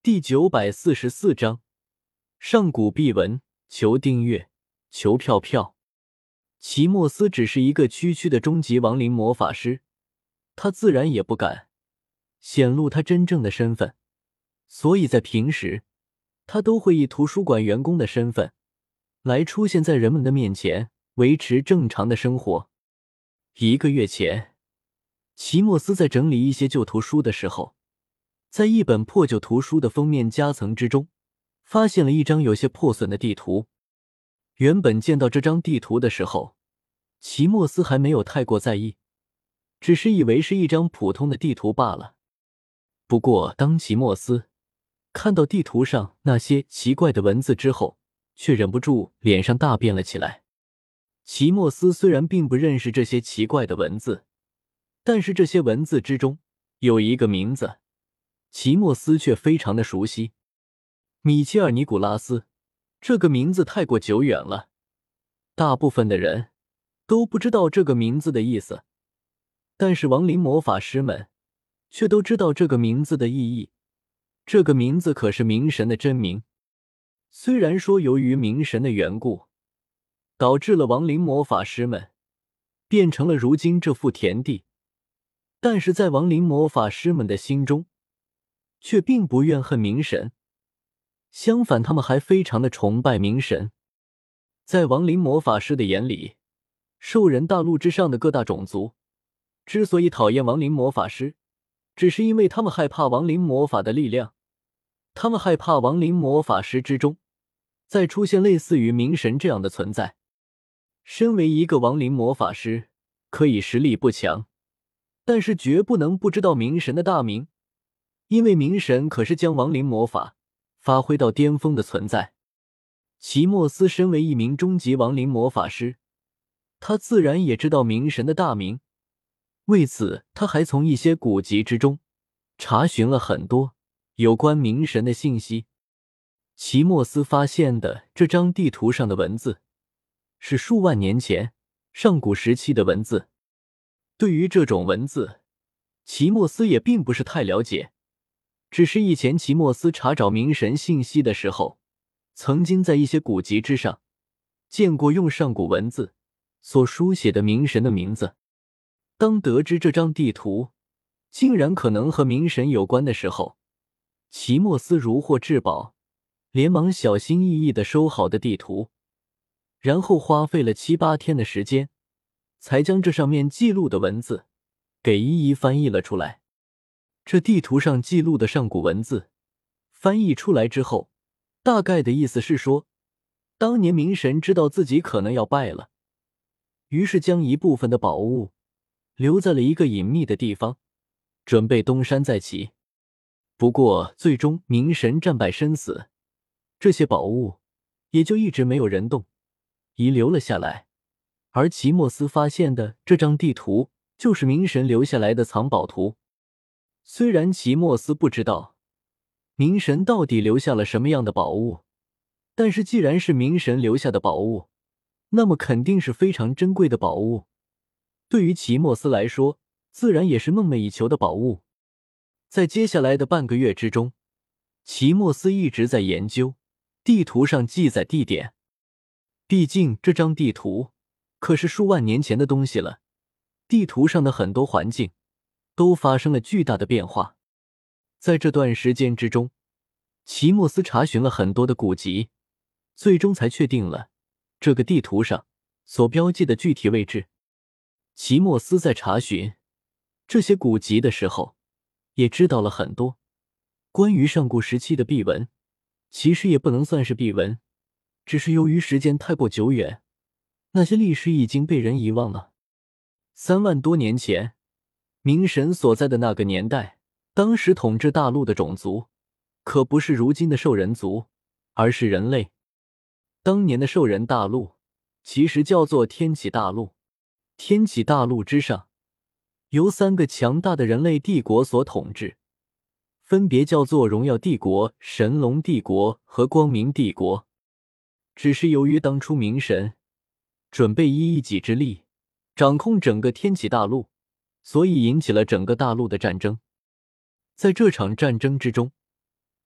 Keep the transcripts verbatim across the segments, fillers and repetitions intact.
第九百四十四章上古秘闻，求订阅，求票票。奇莫斯只是一个区区的终极亡灵魔法师，他自然也不敢显露他真正的身份，所以在平时他都会以图书馆员工的身份来出现在人们的面前，维持正常的生活。一个月前，奇莫斯在整理一些旧图书的时候，在一本破旧图书的封面夹层之中，发现了一张有些破损的地图。原本见到这张地图的时候，奇莫斯还没有太过在意，只是以为是一张普通的地图罢了。不过当奇莫斯看到地图上那些奇怪的文字之后，却忍不住脸上大变了起来。奇莫斯虽然并不认识这些奇怪的文字，但是这些文字之中有一个名字，奇莫斯却非常的熟悉。米切尔尼古拉斯，这个名字太过久远了，大部分的人都不知道这个名字的意思，但是亡灵魔法师们却都知道这个名字的意义。这个名字可是冥神的真名，虽然说由于冥神的缘故，导致了亡灵魔法师们变成了如今这副田地，但是在亡灵魔法师们的心中却并不怨恨冥神，相反他们还非常的崇拜冥神。在亡灵魔法师的眼里，兽人大陆之上的各大种族之所以讨厌亡灵魔法师，只是因为他们害怕亡灵魔法的力量，他们害怕亡灵魔法师之中再出现类似于冥神这样的存在。身为一个亡灵魔法师，可以实力不强，但是绝不能不知道冥神的大名，因为冥神可是将亡灵魔法发挥到巅峰的存在。奇莫斯身为一名终极亡灵魔法师，他自然也知道冥神的大名，为此他还从一些古籍之中查询了很多有关冥神的信息。奇莫斯发现的这张地图上的文字是数万年前上古时期的文字。对于这种文字，奇莫斯也并不是太了解，只是以前奇莫斯查找冥神信息的时候，曾经在一些古籍之上见过用上古文字所书写的冥神的名字。当得知这张地图竟然可能和冥神有关的时候，奇莫斯如获至宝，连忙小心翼翼地收好的地图，然后花费了七八天的时间，才将这上面记录的文字给一一翻译了出来。这地图上记录的上古文字翻译出来之后，大概的意思是说，当年冥神知道自己可能要败了，于是将一部分的宝物留在了一个隐秘的地方，准备东山再起。不过最终冥神战败身死，这些宝物也就一直没有人动，遗留了下来。而奇莫斯发现的这张地图就是冥神留下来的藏宝图。虽然奇莫斯不知道冥神到底留下了什么样的宝物，但是既然是冥神留下的宝物，那么肯定是非常珍贵的宝物，对于奇莫斯来说自然也是梦寐以求的宝物。在接下来的半个月之中，奇莫斯一直在研究地图上记载地点，毕竟这张地图可是数万年前的东西了，地图上的很多环境都发生了巨大的变化。在这段时间之中，奇莫斯查询了很多的古籍，最终才确定了这个地图上所标记的具体位置。奇莫斯在查询这些古籍的时候，也知道了很多关于上古时期的秘闻，其实也不能算是秘闻，只是由于时间太过久远，那些历史已经被人遗忘了。三万多年前，冥神所在的那个年代，当时统治大陆的种族可不是如今的兽人族，而是人类。当年的兽人大陆其实叫做天启大陆，天启大陆之上由三个强大的人类帝国所统治，分别叫做荣耀帝国、神龙帝国和光明帝国。只是由于当初冥神准备以一己之力掌控整个天启大陆，所以引起了整个大陆的战争。在这场战争之中，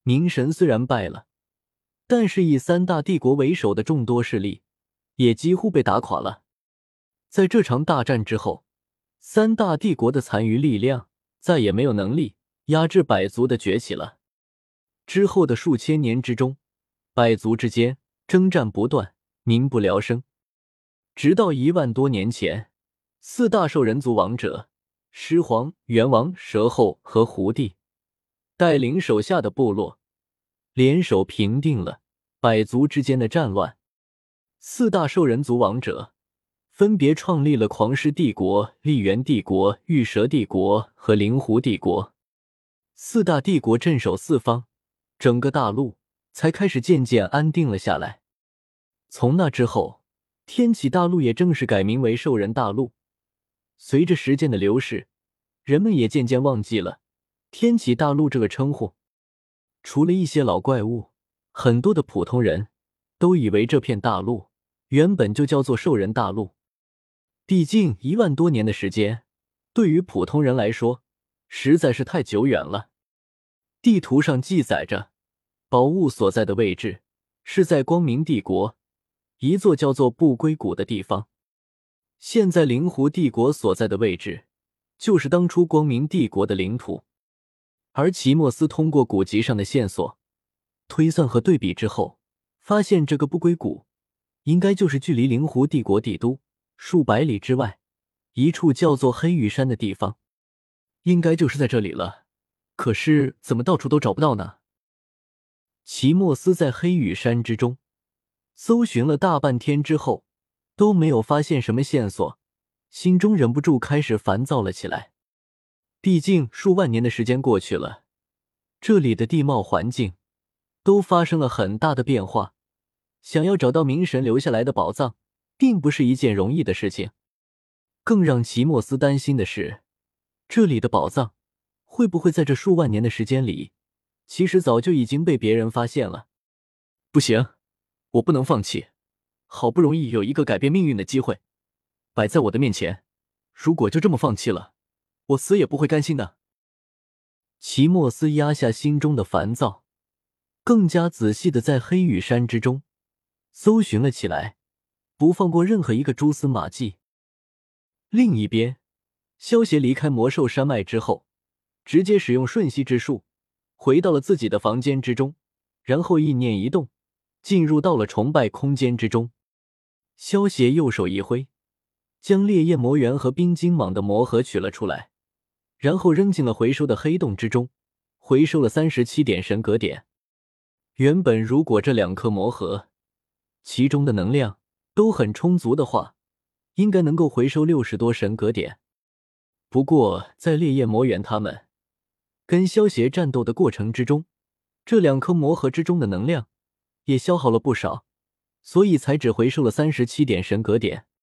冥神虽然败了，但是以三大帝国为首的众多势力也几乎被打垮了。在这场大战之后，三大帝国的残余力量再也没有能力压制百族的崛起了。之后的数千年之中，百族之间征战不断，民不聊生。直到一万多年前，四大兽人族王者狮皇、猿王、蛇后和狐帝带领手下的部落联手平定了百族之间的战乱。四大兽人族王者分别创立了狂狮帝国、力源帝国、玉蛇帝国和灵狐帝国。四大帝国镇守四方，整个大陆才开始渐渐安定了下来。从那之后，天启大陆也正式改名为兽人大陆。随着时间的流逝，人们也渐渐忘记了天启大陆这个称呼。除了一些老怪物，很多的普通人都以为这片大陆原本就叫做兽人大陆。毕竟一万多年的时间，对于普通人来说实在是太久远了。地图上记载着宝物所在的位置是在光明帝国一座叫做不归谷的地方。现在灵狐帝国所在的位置就是当初光明帝国的领土。而奇莫斯通过古籍上的线索推算和对比之后，发现这个不归谷应该就是距离灵狐帝国帝都数百里之外一处叫做黑羽山的地方。应该就是在这里了，可是怎么到处都找不到呢？奇莫斯在黑羽山之中搜寻了大半天之后，都没有发现什么线索，心中忍不住开始烦躁了起来。毕竟数万年的时间过去了，这里的地貌环境都发生了很大的变化，想要找到冥神留下来的宝藏并不是一件容易的事情。更让奇莫斯担心的是，这里的宝藏会不会在这数万年的时间里其实早就已经被别人发现了。不行，我不能放弃，好不容易有一个改变命运的机会摆在我的面前，如果就这么放弃了，我死也不会甘心的。奇莫斯压下心中的烦躁，更加仔细地在黑羽山之中搜寻了起来，不放过任何一个蛛丝马迹。另一边，萧协离开魔兽山脉之后，直接使用瞬息之术回到了自己的房间之中，然后意念一动，进入到了崇拜空间之中。萧协右手一挥，将烈焰魔猿和冰晶蟒的魔核取了出来，然后扔进了回收的黑洞之中，回收了三十七点神格点。原本如果这两颗魔核其中的能量都很充足的话，应该能够回收六十多神格点。不过在烈焰魔猿他们跟萧协战斗的过程之中，这两颗魔核之中的能量也消耗了不少，所以才只回收了三十七点神格点。